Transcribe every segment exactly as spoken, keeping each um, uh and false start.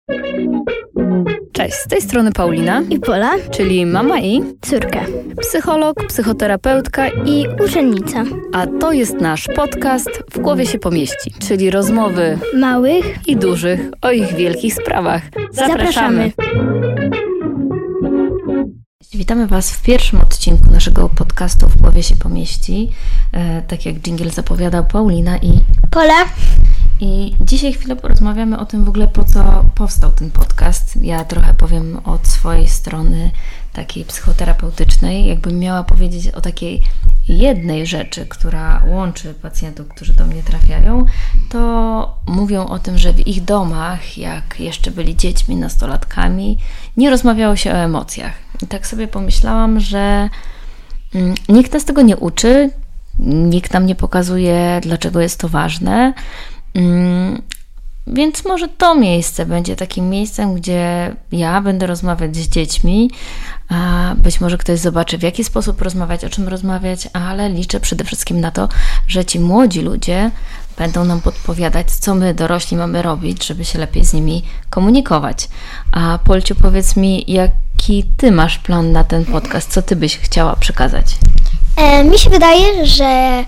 Cześć, z tej strony Paulina i Pola, czyli mama i córka, psycholog, psychoterapeutka i uczennica. A to jest nasz podcast W głowie się pomieści, czyli rozmowy małych i dużych o ich wielkich sprawach. Zapraszamy! Witamy Was w pierwszym odcinku naszego podcastu W głowie się pomieści. E, tak jak dżingiel zapowiadał, Paulina i Pola. I dzisiaj chwilę porozmawiamy o tym w ogóle, po co powstał ten podcast. Ja trochę powiem od swojej strony takiej psychoterapeutycznej. Jakbym miała powiedzieć o takiej jednej rzeczy, która łączy pacjentów, którzy do mnie trafiają, to mówią o tym, że w ich domach, jak jeszcze byli dziećmi, nastolatkami, nie rozmawiało się o emocjach. I tak sobie pomyślałam, że mm, nikt nas tego nie uczy, nikt nam nie pokazuje, dlaczego jest to ważne. Mm, więc może to miejsce będzie takim miejscem, gdzie ja będę rozmawiać z dziećmi, a być może ktoś zobaczy, w jaki sposób rozmawiać, o czym rozmawiać, ale liczę przede wszystkim na to, że ci młodzi ludzie będą nam podpowiadać, co my dorośli mamy robić, żeby się lepiej z nimi komunikować. A Polciu, powiedz mi, jaki ty masz plan na ten podcast? Co ty byś chciała przekazać? E, mi się wydaje, że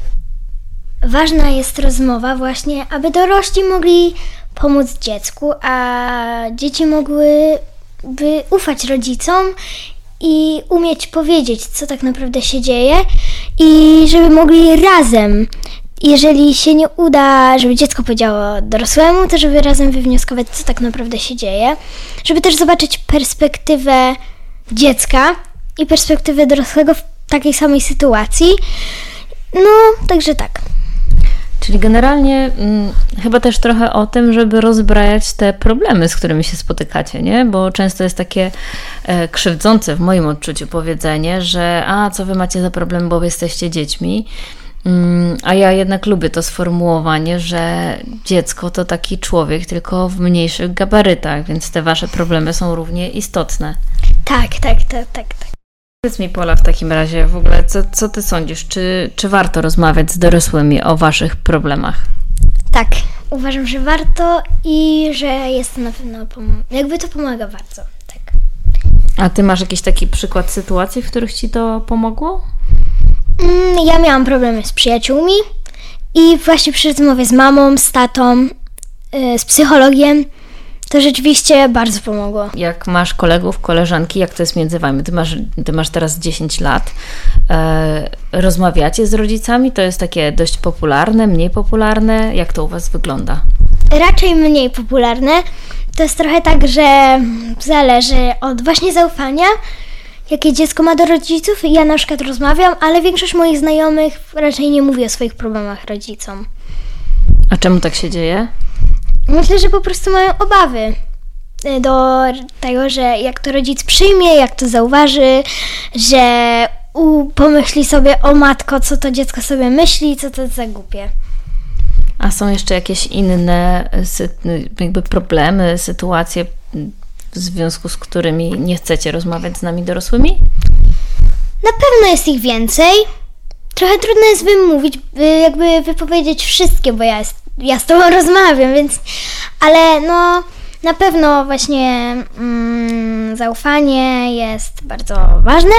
ważna jest rozmowa właśnie, aby dorośli mogli pomóc dziecku, a dzieci mogłyby ufać rodzicom i umieć powiedzieć, co tak naprawdę się dzieje i żeby mogli razem, jeżeli się nie uda, żeby dziecko powiedziało dorosłemu, to żeby razem wywnioskować, co tak naprawdę się dzieje, żeby też zobaczyć perspektywę dziecka i perspektywę dorosłego w takiej samej sytuacji. No, także tak. Czyli generalnie hmm, chyba też trochę o tym, żeby rozbrajać te problemy, z którymi się spotykacie, nie? Bo często jest takie e, krzywdzące w moim odczuciu powiedzenie, że a co wy macie za problem, bo wy jesteście dziećmi. Hmm, a ja jednak lubię to sformułowanie, że dziecko to taki człowiek, tylko w mniejszych gabarytach, więc te wasze problemy są równie istotne. Tak, tak, tak, tak, tak. Powiedz mi, Pola, w takim razie w ogóle, co, co ty sądzisz? Czy, czy warto rozmawiać z dorosłymi o waszych problemach? Tak, uważam, że warto i że jest to na pewno, pom- jakby to pomaga bardzo, tak. A ty masz jakiś taki przykład sytuacji, w których ci to pomogło? Mm, ja miałam problemy z przyjaciółmi i właśnie przy rozmowie z mamą, z tatą, yy, z psychologiem, to rzeczywiście bardzo pomogło. Jak masz kolegów, koleżanki, jak to jest między wami? Ty masz, ty masz teraz dziesięć lat. E, rozmawiacie z rodzicami? To jest takie dość popularne, mniej popularne? Jak to u was wygląda? Raczej mniej popularne. To jest trochę tak, że zależy od właśnie zaufania, jakie dziecko ma do rodziców. Ja na przykład rozmawiam, ale większość moich znajomych raczej nie mówi o swoich problemach rodzicom. A czemu tak się dzieje? Myślę, że po prostu mają obawy do tego, że jak to rodzic przyjmie, jak to zauważy, że u, pomyśli sobie, o matko, co to dziecko sobie myśli, co to za głupie. A są jeszcze jakieś inne jakby problemy, sytuacje, w związku z którymi nie chcecie rozmawiać z nami dorosłymi? Na pewno jest ich więcej. Trochę trudno jest wymówić, jakby wypowiedzieć wszystkie, bo ja, jest, ja z tobą rozmawiam, więc... Ale no, na pewno właśnie mm, zaufanie jest bardzo ważne.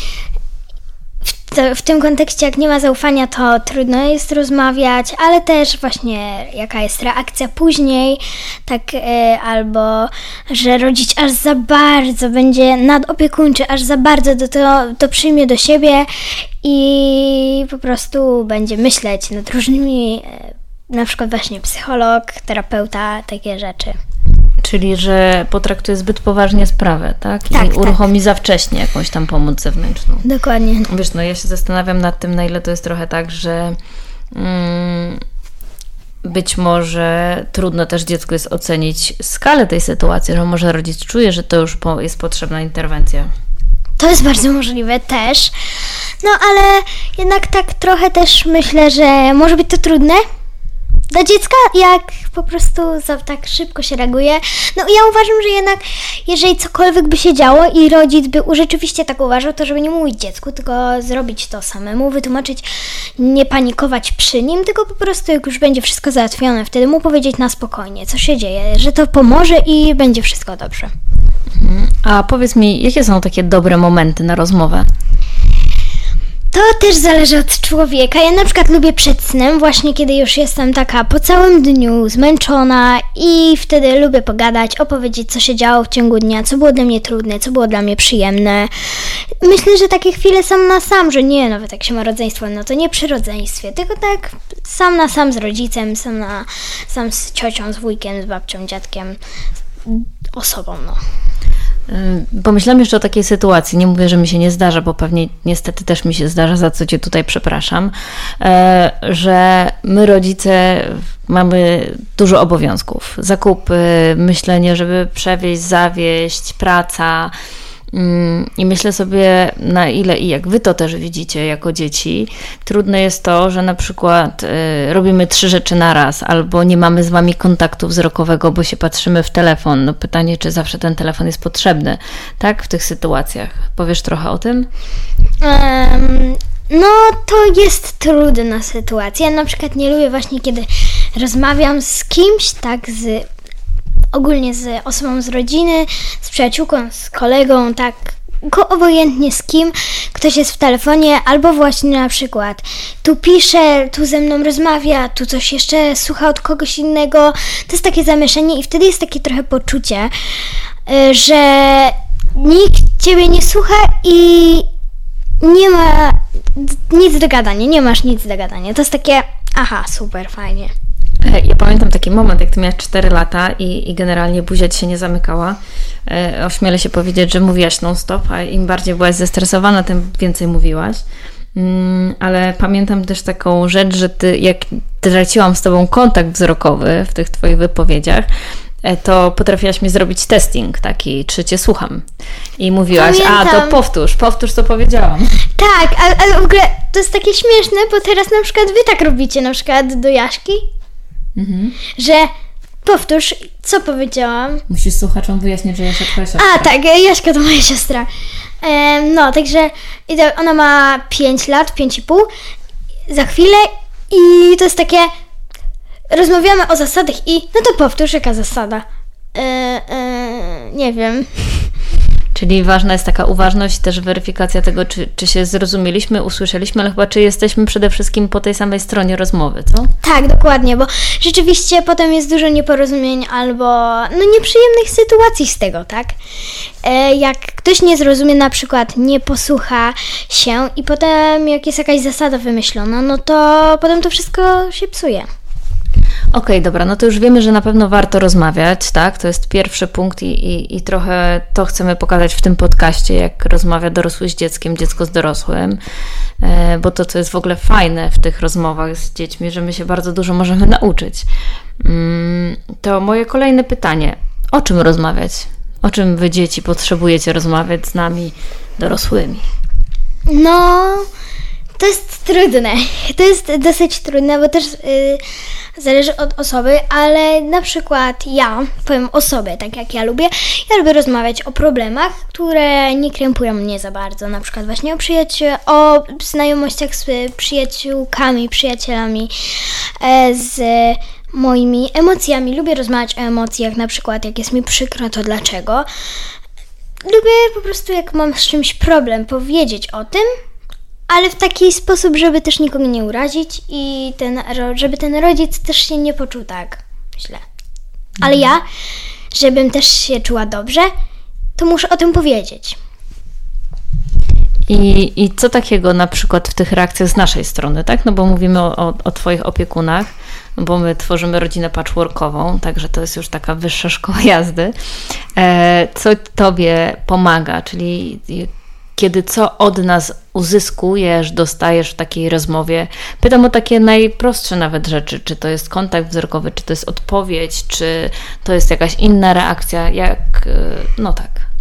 W, to, w tym kontekście, jak nie ma zaufania, to trudno jest rozmawiać, ale też właśnie jaka jest reakcja później, tak y, albo że rodzic aż za bardzo będzie nadopiekuńczy, aż za bardzo do to, to przyjmie do siebie i po prostu będzie myśleć nad różnymi, y, na przykład właśnie psycholog, terapeuta, takie rzeczy. Czyli, że potraktuje zbyt poważnie sprawę, tak? I tak, uruchomi tak. za wcześnie jakąś tam pomoc zewnętrzną. Dokładnie. Wiesz, no ja się zastanawiam nad tym, na ile to jest trochę tak, że mm, być może trudno też dziecku jest ocenić skalę tej sytuacji, że może rodzic czuje, że to już po, jest potrzebna interwencja. To jest bardzo możliwe też. No ale jednak tak trochę też myślę, że może być to trudne, do dziecka, jak po prostu za tak szybko się reaguje. No ja uważam, że jednak jeżeli cokolwiek by się działo i rodzic by rzeczywiście tak uważał, to żeby nie mówić dziecku, tylko zrobić to samemu, wytłumaczyć, nie panikować przy nim, tylko po prostu jak już będzie wszystko załatwione, wtedy mu powiedzieć na spokojnie, co się dzieje, że to pomoże i będzie wszystko dobrze. A powiedz mi, jakie są takie dobre momenty na rozmowę? To też zależy od człowieka. Ja na przykład lubię przed snem, właśnie kiedy już jestem taka po całym dniu zmęczona i wtedy lubię pogadać, opowiedzieć, co się działo w ciągu dnia, co było dla mnie trudne, co było dla mnie przyjemne. Myślę, że takie chwile sam na sam, że nie, nawet jak się ma rodzeństwo, no to nie przy rodzeństwie, tylko tak sam na sam z rodzicem, sam, na, sam z ciocią, z wujkiem, z babcią, dziadkiem, osobą, no. Pomyślałam jeszcze o takiej sytuacji, nie mówię, że mi się nie zdarza, bo pewnie niestety też mi się zdarza, za co Cię tutaj przepraszam, że my rodzice mamy dużo obowiązków. Zakupy, myślenie, żeby przewieźć, zawieźć, praca. I myślę sobie, na ile i jak Wy to też widzicie jako dzieci, trudne jest to, że na przykład y, robimy trzy rzeczy na raz, albo nie mamy z Wami kontaktu wzrokowego, bo się patrzymy w telefon. No pytanie, czy zawsze ten telefon jest potrzebny, tak? W tych sytuacjach. Powiesz trochę o tym? Um, no to jest trudna sytuacja. Ja na przykład nie lubię właśnie, kiedy rozmawiam z kimś, tak, z ogólnie z osobą z rodziny, z przyjaciółką, z kolegą, tak, obojętnie z kim, ktoś jest w telefonie, albo właśnie na przykład tu pisze, tu ze mną rozmawia, tu coś jeszcze słucha od kogoś innego. To jest takie zamieszanie i wtedy jest takie trochę poczucie, że nikt Ciebie nie słucha i nie ma nic do gadania, nie masz nic do gadania. To jest takie, aha, super, fajnie. Ja pamiętam taki moment, jak Ty miałaś cztery lata i, i generalnie buzia Ci się nie zamykała. E, ośmielę się powiedzieć, że mówiłaś non-stop, a im bardziej byłaś zestresowana, tym więcej mówiłaś. Mm, ale pamiętam też taką rzecz, że Ty, jak traciłam z Tobą kontakt wzrokowy w tych Twoich wypowiedziach, to potrafiłaś mi zrobić testing taki, czy Cię słucham. I mówiłaś, Pamiętam. a to powtórz, powtórz co powiedziałam. Tak, ale, ale w ogóle to jest takie śmieszne, bo teraz na przykład Wy tak robicie, na przykład do Jaśki, mhm. że powtórz, co powiedziałam. Musisz słuchaczom wyjaśnić, że Jasia twoja siostra. A tak, Jaśka to moja siostra. Ehm, no, także ona ma pięć lat, pięć i pół za chwilę i to jest takie, rozmawiamy o zasadach i no to powtórz, jaka zasada. Eee, eee, nie wiem. Czyli ważna jest taka uważność, też weryfikacja tego, czy, czy się zrozumieliśmy, usłyszeliśmy, ale chyba czy jesteśmy przede wszystkim po tej samej stronie rozmowy, co? Tak, dokładnie, bo rzeczywiście potem jest dużo nieporozumień albo no nieprzyjemnych sytuacji z tego, tak? E, jak ktoś nie zrozumie, na przykład nie posłucha się i potem jak jest jakaś zasada wymyślona, no to potem to wszystko się psuje. Okej, okay, dobra, no to już wiemy, że na pewno warto rozmawiać, tak? To jest pierwszy punkt i, i, i trochę to chcemy pokazać w tym podcaście, jak rozmawia dorosły z dzieckiem, dziecko z dorosłym, e, bo to, co jest w ogóle fajne w tych rozmowach z dziećmi, że my się bardzo dużo możemy nauczyć. Mm, to moje kolejne pytanie, o czym rozmawiać? O czym wy, dzieci, potrzebujecie rozmawiać z nami, dorosłymi? No, to jest trudne. To jest dosyć trudne, bo też yy, zależy od osoby, ale na przykład ja, powiem o sobie, tak jak ja lubię, ja lubię rozmawiać o problemach, które nie krępują mnie za bardzo. Na przykład właśnie o przyjaciół, o znajomościach z przyjaciółkami, przyjacielami, e, z moimi emocjami. Lubię rozmawiać o emocjach, na przykład jak jest mi przykro, to dlaczego. Lubię po prostu, jak mam z czymś problem, powiedzieć o tym, ale w taki sposób, żeby też nikogo nie urazić i ten, żeby ten rodzic też się nie poczuł tak źle. Ale ja, żebym też się czuła dobrze, to muszę o tym powiedzieć. I, I co takiego na przykład w tych reakcjach z naszej strony, tak? No bo mówimy o, o, o Twoich opiekunach, bo my tworzymy rodzinę patchworkową, także to jest już taka wyższa szkoła jazdy. E, co Tobie pomaga, czyli kiedy co od nas uzyskujesz, dostajesz w takiej rozmowie? Pytam o takie najprostsze nawet rzeczy, czy to jest kontakt wzrokowy, czy to jest odpowiedź, czy to jest jakaś inna reakcja, jak, no tak.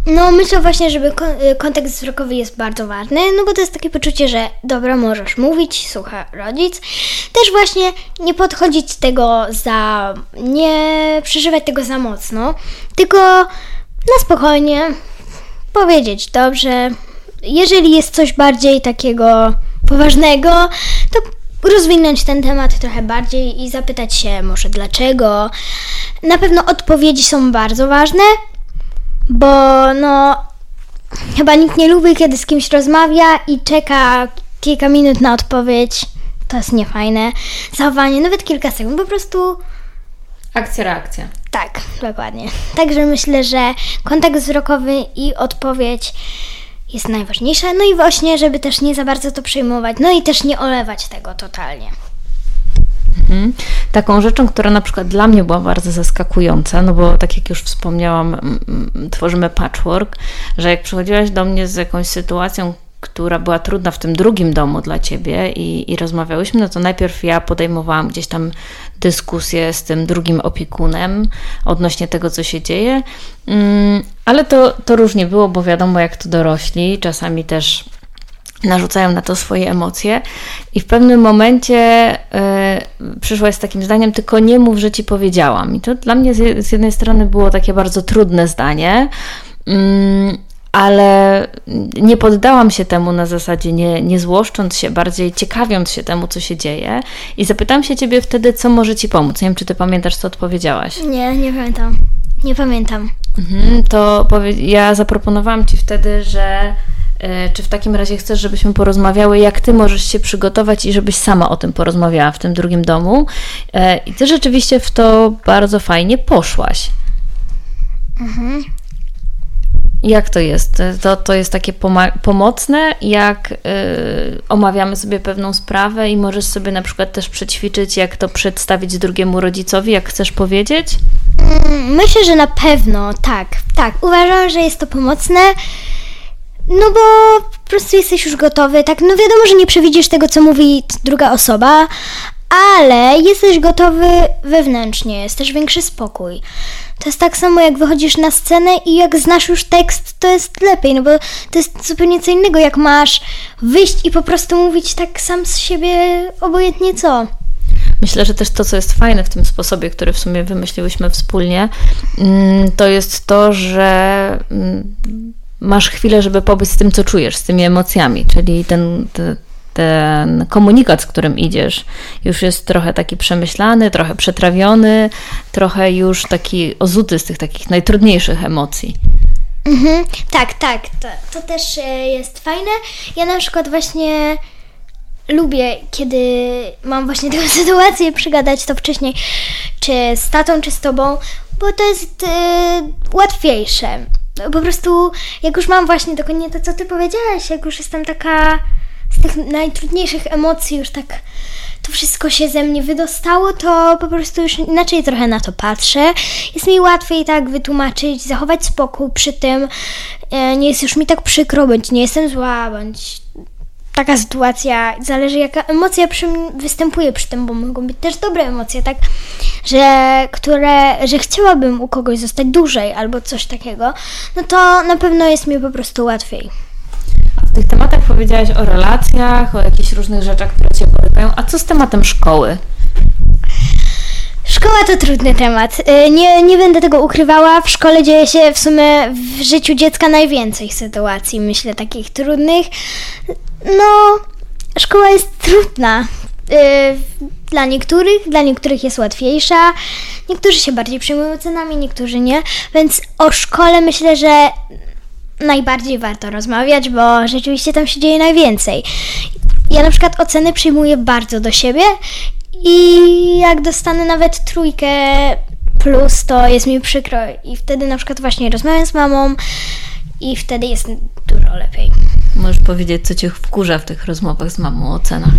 No myślę właśnie, żeby kontekst wzrokowy jest bardzo ważny, no bo to jest takie poczucie, że dobra, możesz mówić, słucha rodzic. Też właśnie nie podchodzić tego za, nie przeżywać tego za mocno, tylko na spokojnie powiedzieć, dobrze, jeżeli jest coś bardziej takiego poważnego, to rozwinąć ten temat trochę bardziej i zapytać się może dlaczego. Na pewno odpowiedzi są bardzo ważne, bo no chyba nikt nie lubi, kiedy z kimś rozmawia i czeka kilka minut na odpowiedź. To jest niefajne zachowanie, nawet kilka sekund, po prostu akcja, reakcja. Tak, dokładnie. Także myślę, że kontakt wzrokowy i odpowiedź jest najważniejsza, no i właśnie, żeby też nie za bardzo to przejmować, no i też nie olewać tego totalnie. Mhm. Taką rzeczą, która na przykład dla mnie była bardzo zaskakująca, no bo tak jak już wspomniałam, m, m, tworzymy patchwork, że jak przychodziłaś do mnie z jakąś sytuacją, która była trudna w tym drugim domu dla Ciebie i, i rozmawiałyśmy, no to najpierw ja podejmowałam gdzieś tam dyskusję z tym drugim opiekunem odnośnie tego, co się dzieje, um, ale to, to różnie było, bo wiadomo, jak to dorośli, czasami też narzucają na to swoje emocje i w pewnym momencie y, przyszłaś z takim zdaniem, tylko nie mów, że Ci powiedziałam. I to dla mnie z, z jednej strony było takie bardzo trudne zdanie, y, ale nie poddałam się temu na zasadzie, nie, nie złoszcząc się, bardziej ciekawiąc się temu, co się dzieje i zapytałam się Ciebie wtedy, co może Ci pomóc. Nie wiem, czy Ty pamiętasz, co odpowiedziałaś? Nie, nie pamiętam. Nie pamiętam. Mhm, to powie- ja zaproponowałam Ci wtedy, że y, czy w takim razie chcesz, żebyśmy porozmawiały, jak Ty możesz się przygotować i żebyś sama o tym porozmawiała w tym drugim domu. Y, I Ty rzeczywiście w to bardzo fajnie poszłaś. Mhm. Jak to jest? To, to jest takie poma- pomocne, jak yy, omawiamy sobie pewną sprawę i możesz sobie na przykład też przećwiczyć, jak to przedstawić drugiemu rodzicowi, jak chcesz powiedzieć? Myślę, że na pewno, tak, tak. Uważam, że jest to pomocne, no bo po prostu jesteś już gotowy, tak, no wiadomo, że nie przewidzisz tego, co mówi druga osoba, ale jesteś gotowy wewnętrznie, jest też większy spokój. To jest tak samo, jak wychodzisz na scenę i jak znasz już tekst, to jest lepiej, no bo to jest zupełnie co innego, jak masz wyjść i po prostu mówić tak sam z siebie, obojętnie co. Myślę, że też to, co jest fajne w tym sposobie, który w sumie wymyśliłyśmy wspólnie, to jest to, że masz chwilę, żeby pobyć z tym, co czujesz, z tymi emocjami, czyli ten... ten ten komunikat, z którym idziesz, już jest trochę taki przemyślany, trochę przetrawiony, trochę już taki ozuty z tych takich najtrudniejszych emocji. Mhm, tak, tak, to, to też jest fajne. Ja na przykład właśnie lubię, kiedy mam właśnie taką sytuację, przygadać to wcześniej, czy z tatą, czy z tobą, bo to jest yy, łatwiejsze. Po prostu, jak już mam właśnie dokładnie to, co ty powiedziałaś, jak już jestem taka z tych najtrudniejszych emocji, już tak to wszystko się ze mnie wydostało, to po prostu już inaczej trochę na to patrzę. Jest mi łatwiej tak wytłumaczyć, zachować spokój przy tym. Nie jest już mi tak przykro, bądź nie jestem zła, bądź taka sytuacja. Zależy, jaka emocja przy występuje przy tym, bo mogą być też dobre emocje, tak, że, które, że chciałabym u kogoś zostać dłużej albo coś takiego, no to na pewno jest mi po prostu łatwiej. W tych tematach powiedziałaś o relacjach, o jakichś różnych rzeczach, które Cię borykają. A co z tematem szkoły? Szkoła to trudny temat. Nie, nie będę tego ukrywała. W szkole dzieje się w sumie w życiu dziecka najwięcej sytuacji, myślę, takich trudnych. No, szkoła jest trudna. Dla niektórych, dla niektórych jest łatwiejsza. Niektórzy się bardziej przejmują ocenami, niektórzy nie. Więc o szkole myślę, że najbardziej warto rozmawiać, bo rzeczywiście tam się dzieje najwięcej. Ja na przykład oceny przyjmuję bardzo do siebie i jak dostanę nawet trójkę plus, to jest mi przykro i wtedy na przykład właśnie rozmawiam z mamą i wtedy jest dużo lepiej. Możesz powiedzieć, co Cię wkurza w tych rozmowach z mamą o ocenach?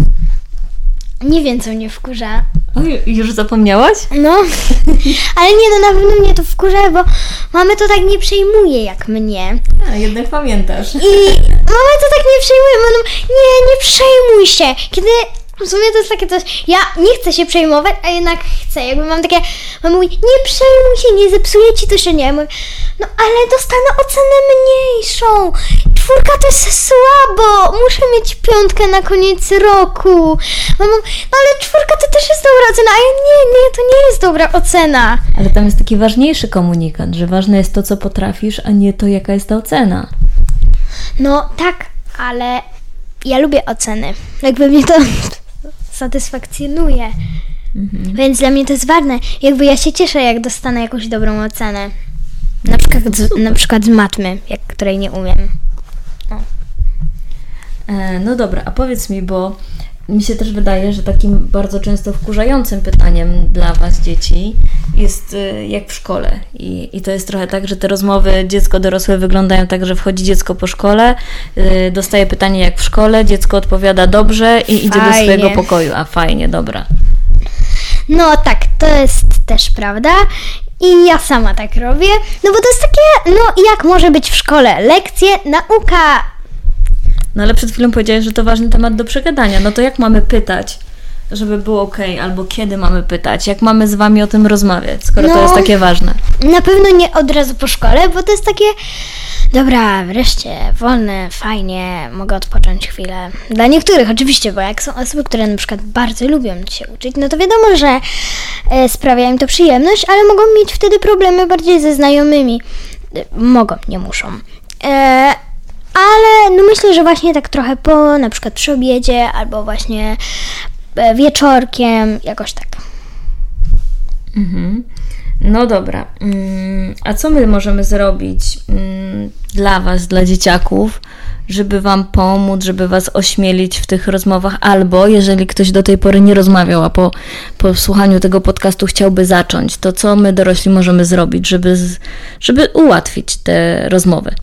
Nie wiem, co mnie wkurza. Oj, już zapomniałaś? No, ale nie, no na pewno mnie to wkurza, bo mama to tak nie przejmuje jak mnie. A, jednak pamiętasz. I mama to tak nie przejmuje, no, nie, nie przejmuj się. Kiedy w sumie to jest takie coś, ja nie chcę się przejmować, a jednak chcę, jakby mam takie, mama mówi, nie przejmuj się, nie zepsuje ci to jeszcze, nie, ja mówię, no ale dostanę ocenę mniejszą, czwórka to jest słabo, muszę mieć piątkę na koniec roku, mama, no ale czwórka to też jest dobra ocena, a ja nie, nie, to nie jest dobra ocena. Ale tam jest taki ważniejszy komunikat, że ważne jest to, co potrafisz, a nie to, jaka jest ta ocena. No tak, ale ja lubię oceny. Jakby mnie to satysfakcjonuje. Mhm. Więc dla mnie to jest ważne. Jakby ja się cieszę, jak dostanę jakąś dobrą ocenę. Na przykład z, na przykład z matmy, jak, której nie umiem. No. E, no dobra, a powiedz mi, bo mi się też wydaje, że takim bardzo często wkurzającym pytaniem dla Was, dzieci, jest jak w szkole. I, i to jest trochę tak, że te rozmowy dziecko-dorosłe wyglądają tak, że wchodzi dziecko po szkole, yy, dostaje pytanie jak w szkole, dziecko odpowiada dobrze i fajnie. Idzie do swojego pokoju. A fajnie, dobra. No tak, to jest też prawda. I ja sama tak robię. No bo to jest takie, no jak może być w szkole? Lekcje, nauka. No ale przed chwilą powiedziałeś, że to ważny temat do przegadania. No to jak mamy pytać, żeby było okej, okay, albo kiedy mamy pytać? Jak mamy z Wami o tym rozmawiać, skoro no, to jest takie ważne? Na pewno nie od razu po szkole, bo to jest takie, dobra, wreszcie, wolne, fajnie, mogę odpocząć chwilę. Dla niektórych oczywiście, bo jak są osoby, które na przykład bardzo lubią się uczyć, no to wiadomo, że e, sprawia im to przyjemność, ale mogą mieć wtedy problemy bardziej ze znajomymi. E, mogą, nie muszą. E, Ale no myślę, że właśnie tak trochę po, na przykład przy obiedzie, albo właśnie wieczorkiem, jakoś tak. Mhm. No dobra. A co my możemy zrobić dla Was, dla dzieciaków, żeby Wam pomóc, żeby Was ośmielić w tych rozmowach, albo jeżeli ktoś do tej pory nie rozmawiał, a po, po słuchaniu tego podcastu chciałby zacząć, to co my dorośli możemy zrobić, żeby, żeby ułatwić te rozmowy?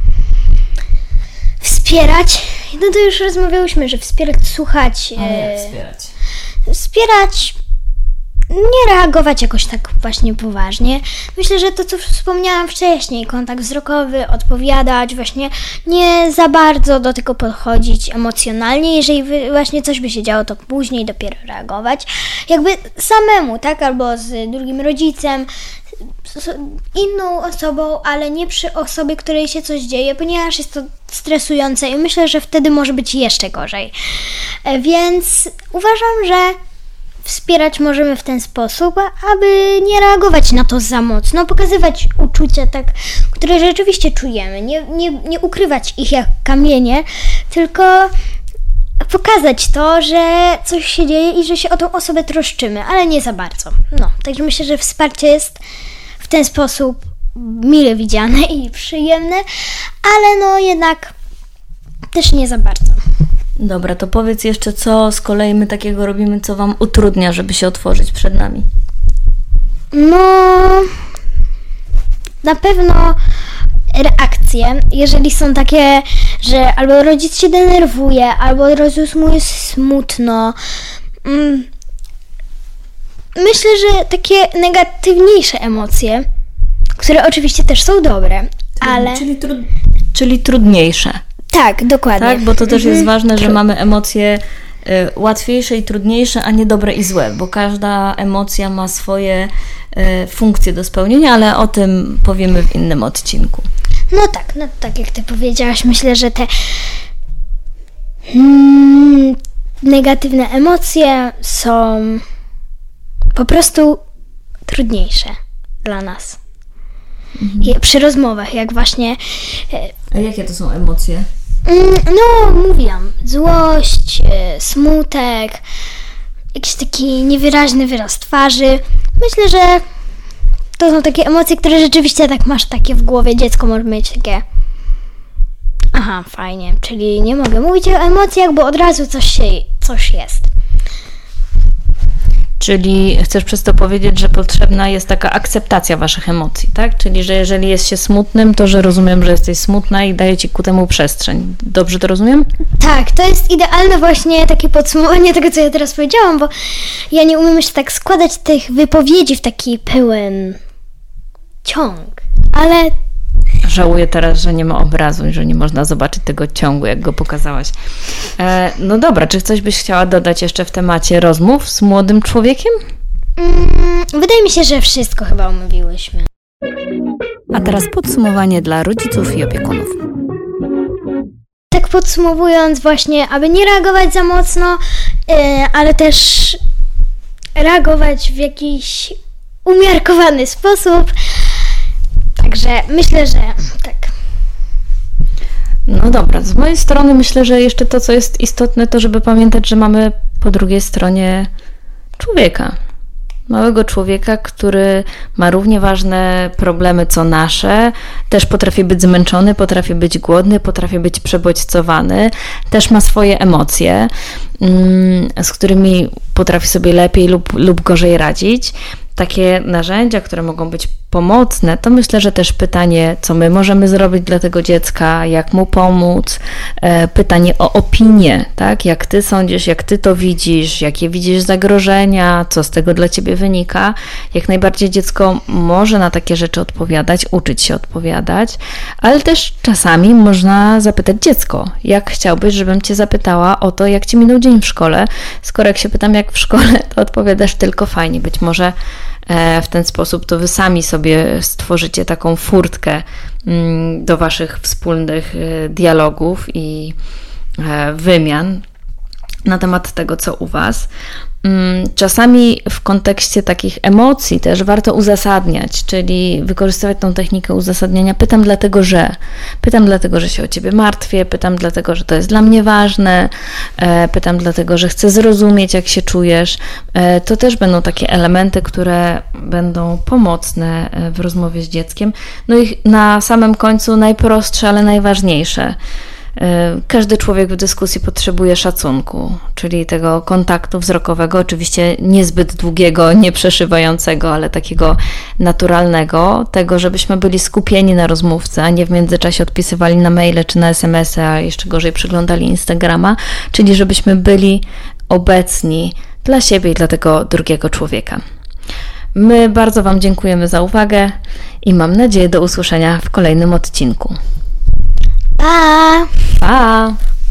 Wspierać, no to już rozmawiałyśmy, że wspierać, słuchać. A jak wspierać? Wspierać, nie reagować jakoś tak właśnie poważnie. Myślę, że to, co wspomniałam wcześniej, kontakt wzrokowy, odpowiadać, właśnie nie za bardzo do tego podchodzić emocjonalnie. Jeżeli właśnie coś by się działo, to później dopiero reagować. Jakby samemu, tak? Albo z drugim rodzicem, z inną osobą, ale nie przy osobie, której się coś dzieje, ponieważ jest to stresujące i myślę, że wtedy może być jeszcze gorzej. Więc uważam, że wspierać możemy w ten sposób, aby nie reagować na to za mocno, pokazywać uczucia, tak, które rzeczywiście czujemy, nie, nie, nie ukrywać ich jak kamienie, tylko pokazać to, że coś się dzieje i że się o tą osobę troszczymy, ale nie za bardzo. No, także myślę, że wsparcie jest w ten sposób mile widziane i przyjemne, ale no jednak też nie za bardzo. Dobra, to powiedz jeszcze, co z kolei my takiego robimy, co Wam utrudnia, żeby się otworzyć przed nami? No, na pewno reakcje, jeżeli są takie, że albo rodzic się denerwuje, albo rodzic mu jest smutno. Mm. Myślę, że takie negatywniejsze emocje, które oczywiście też są dobre, ale... Czyli, trud... Czyli trudniejsze. Tak, dokładnie. Tak, bo to też jest ważne, że mamy emocje y, łatwiejsze i trudniejsze, a nie dobre i złe, bo każda emocja ma swoje y, funkcje do spełnienia, ale o tym powiemy w innym odcinku. No tak, no tak jak Ty powiedziałaś, myślę, że te mm, negatywne emocje są po prostu trudniejsze dla nas. Mhm. Przy rozmowach, jak właśnie... A jakie to są emocje? No, mówiłam, złość, smutek, jakiś taki niewyraźny wyraz twarzy. Myślę, że to są takie emocje, które rzeczywiście tak masz takie w głowie. Dziecko może mieć takie... Aha, fajnie, czyli nie mogę mówić o emocjach, bo od razu coś się, coś jest. Czyli chcesz przez to powiedzieć, że potrzebna jest taka akceptacja Waszych emocji, tak? Czyli, że jeżeli jest się smutnym, to że rozumiem, że jesteś smutna i daje Ci ku temu przestrzeń. Dobrze to rozumiem? Tak, to jest idealne właśnie takie podsumowanie tego, co ja teraz powiedziałam, bo ja nie umiem jeszcze tak składać tych wypowiedzi w taki pełen ciąg, ale... żałuję teraz, że nie ma obrazu i że nie można zobaczyć tego ciągu, jak go pokazałaś. E, no dobra, czy coś byś chciała dodać jeszcze w temacie rozmów z młodym człowiekiem? Mm, wydaje mi się, że wszystko chyba omówiłyśmy. A teraz podsumowanie dla rodziców i opiekunów. Tak podsumowując właśnie, aby nie reagować za mocno, yy, ale też reagować w jakiś umiarkowany sposób. Także myślę, że tak. No dobra, z mojej strony myślę, że jeszcze to, co jest istotne, to żeby pamiętać, że mamy po drugiej stronie człowieka. Małego człowieka, który ma równie ważne problemy co nasze, też potrafi być zmęczony, potrafi być głodny, potrafi być przebodźcowany, też ma swoje emocje, z którymi potrafi sobie lepiej lub, lub gorzej radzić. Takie narzędzia, które mogą być pomocne, to myślę, że też pytanie, co my możemy zrobić dla tego dziecka, jak mu pomóc, pytanie o opinię, tak? Jak ty sądzisz, jak ty to widzisz, jakie widzisz zagrożenia, co z tego dla ciebie wynika. Jak najbardziej dziecko może na takie rzeczy odpowiadać, uczyć się odpowiadać, ale też czasami można zapytać dziecko, jak chciałbyś, żebym cię zapytała o to, jak ci minął dzień w szkole, skoro jak się pytam, jak w szkole, to odpowiadasz tylko fajnie. Być może w ten sposób to wy sami sobie stworzycie taką furtkę do waszych wspólnych dialogów i wymian na temat tego, co u was. Czasami w kontekście takich emocji też warto uzasadniać, czyli wykorzystywać tą technikę uzasadniania. Pytam dlatego, że. Pytam dlatego, że się o ciebie martwię, pytam dlatego, że to jest dla mnie ważne, pytam dlatego, że chcę zrozumieć, jak się czujesz. To też będą takie elementy, które będą pomocne w rozmowie z dzieckiem. No i na samym końcu najprostsze, ale najważniejsze. Każdy człowiek w dyskusji potrzebuje szacunku, czyli tego kontaktu wzrokowego, oczywiście niezbyt długiego, nie przeszywającego, ale takiego naturalnego, tego, żebyśmy byli skupieni na rozmówce, a nie w międzyczasie odpisywali na maile czy na es em esy, a jeszcze gorzej przeglądali Instagrama, czyli żebyśmy byli obecni dla siebie i dla tego drugiego człowieka. My bardzo Wam dziękujemy za uwagę i mam nadzieję do usłyszenia w kolejnym odcinku. Pa! Pa!